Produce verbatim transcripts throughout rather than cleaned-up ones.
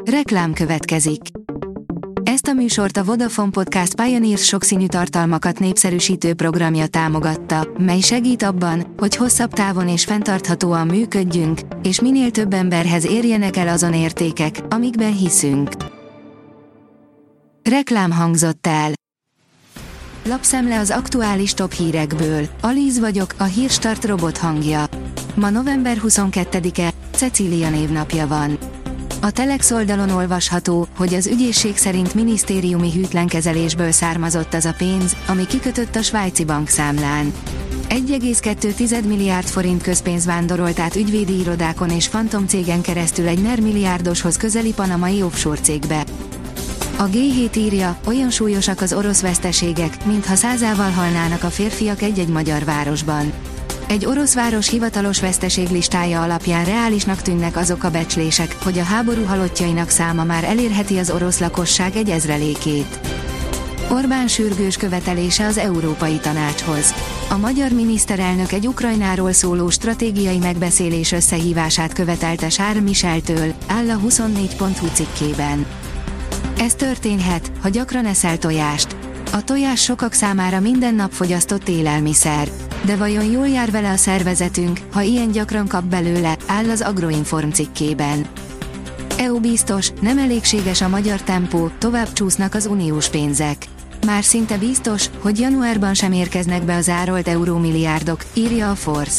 Reklám következik. Ezt a műsort a Vodafone Podcast Pioneers sokszínű tartalmakat népszerűsítő programja támogatta, mely segít abban, hogy hosszabb távon és fenntarthatóan működjünk, és minél több emberhez érjenek el azon értékek, amikben hiszünk. Reklám hangzott el. Lapszemle az aktuális top hírekből. Alíz vagyok, a Hírstart robot hangja. Ma november huszonkettedike, Cecília névnapja van. A Telex oldalon olvasható, hogy az ügyészség szerint minisztériumi hűtlenkezelésből származott az a pénz, ami kikötött a svájci bankszámlán. egy egész kettő milliárd forint közpénz vándorolt át ügyvédi irodákon és fantomcégen keresztül egy NER milliárdoshoz közeli panamai offshore cégbe. A gé hét írja, olyan súlyosak az orosz veszteségek, mintha százával halnának a férfiak egy-egy magyar városban. Egy orosz város hivatalos veszteséglistája alapján reálisnak tűnnek azok a becslések, hogy a háború halottjainak száma már elérheti az orosz lakosság egy ezrelékét. Orbán sürgős követelése az Európai Tanácshoz. A magyar miniszterelnök egy Ukrajnáról szóló stratégiai megbeszélés összehívását követelte Charles Micheltől, áll a huszonnégy pont hu cikkében. Ez történhet, ha gyakran eszel tojást. A tojás sokak számára minden nap fogyasztott élelmiszer. De vajon jól jár vele a szervezetünk, ha ilyen gyakran kap belőle, áll az Agroinform cikkében. é u biztos, nem elégséges a magyar tempó, tovább csúsznak az uniós pénzek. Már szinte biztos, hogy januárban sem érkeznek be az árolt eurómilliárdok, írja a Force.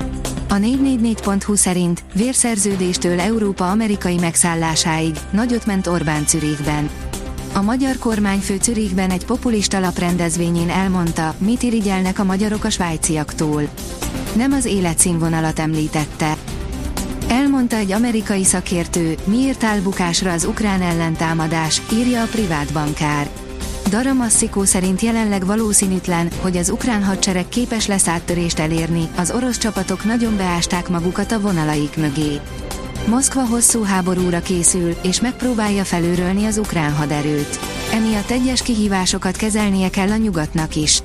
A négy négy négy pont hu szerint vérszerződéstől Európa amerikai megszállásáig nagyot ment Orbán Zürichben. A magyar kormányfő Zürichben egy populista laprendezvényén elmondta, mit irigyelnek a magyarok a svájciaktól. Nem az életszínvonalat említette. Elmondta egy amerikai szakértő, miért áll bukásra az ukrán ellentámadás, írja a privát bankár. Dara Masszikó szerint jelenleg valószínűtlen, hogy az ukrán hadsereg képes lesz áttörést elérni, az orosz csapatok nagyon beásták magukat a vonalaik mögé. Moszkva hosszú háborúra készül, és megpróbálja felőrölni az ukrán haderőt. Emiatt egyes kihívásokat kezelnie kell a nyugatnak is.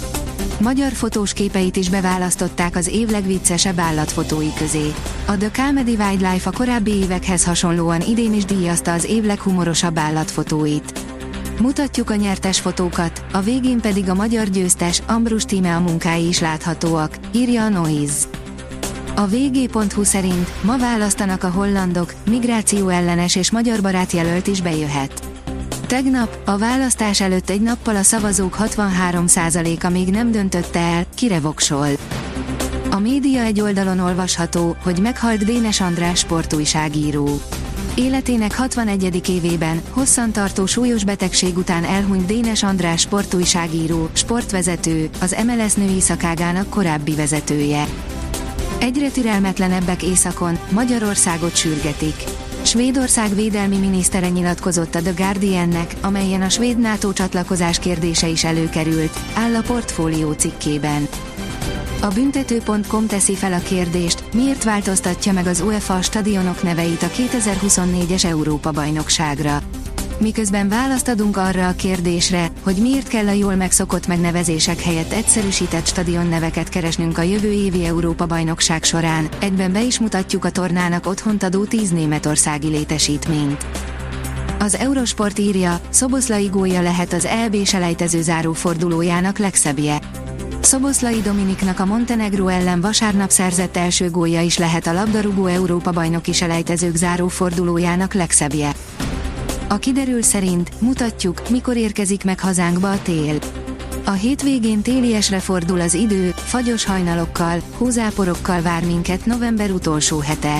Magyar fotós képeit is beválasztották az év legviccesebb állatfotói közé. A The Comedy Wildlife a korábbi évekhez hasonlóan idén is díjazta az év leghumorosabb állatfotóit. Mutatjuk a nyertes fotókat, a végén pedig a magyar győztes, Ambrus Tíme a munkái is láthatóak, írja a Noise. A vé gé pont hu szerint ma választanak a hollandok, migráció ellenes és magyar barát jelölt is bejöhet. Tegnap, a választás előtt egy nappal a szavazók hatvanhárom százaléka még nem döntötte el, kire voksol. A média egy oldalon olvasható, hogy meghalt Dénes András sportújságíró. Életének hatvanegyedik évében, hosszantartó súlyos betegség után elhunyt Dénes András sportújságíró, sportvezető, az em el es női szakágának korábbi vezetője. Egyre türelmetlenebbek északon, Magyarországot sürgetik. Svédország védelmi minisztere nyilatkozott a The Guardiannek, amelyen a svéd NATO csatlakozás kérdése is előkerült, áll a Portfólió cikkében. A büntető pont com teszi fel a kérdést, miért változtatja meg az UEFA a stadionok neveit a kétezer-huszonnégyes Európa-bajnokságra. Miközben választ adunk arra a kérdésre, hogy miért kell a jól megszokott megnevezések helyett egyszerűsített stadionneveket keresnünk a jövő évi Európa-bajnokság során, egyben be is mutatjuk a tornának otthont adó tíz németországi létesítményt. Az Eurosport írja, Szoboszlai gólja lehet az é bé selejtező zárófordulójának legszebbje. Szoboszlai Dominiknak a Montenegró ellen vasárnap szerzett első gólja is lehet a labdarúgó Európa-bajnoki selejtezők zárófordulójának legszebbje. A kiderül szerint mutatjuk, mikor érkezik meg hazánkba a tél. A hétvégén téliesre fordul az idő, fagyos hajnalokkal, hózáporokkal vár minket november utolsó hete.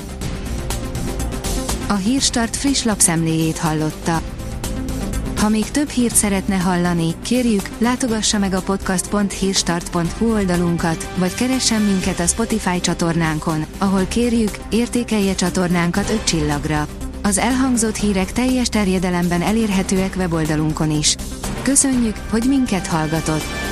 A Hírstart friss lapszemléjét hallotta. Ha még több hírt szeretne hallani, kérjük, látogassa meg a podcast pont hírstart pont hu oldalunkat, vagy keressen minket a Spotify csatornánkon, ahol kérjük, értékelje csatornánkat öt csillagra. Az elhangzott hírek teljes terjedelemben elérhetőek weboldalunkon is. Köszönjük, hogy minket hallgatott!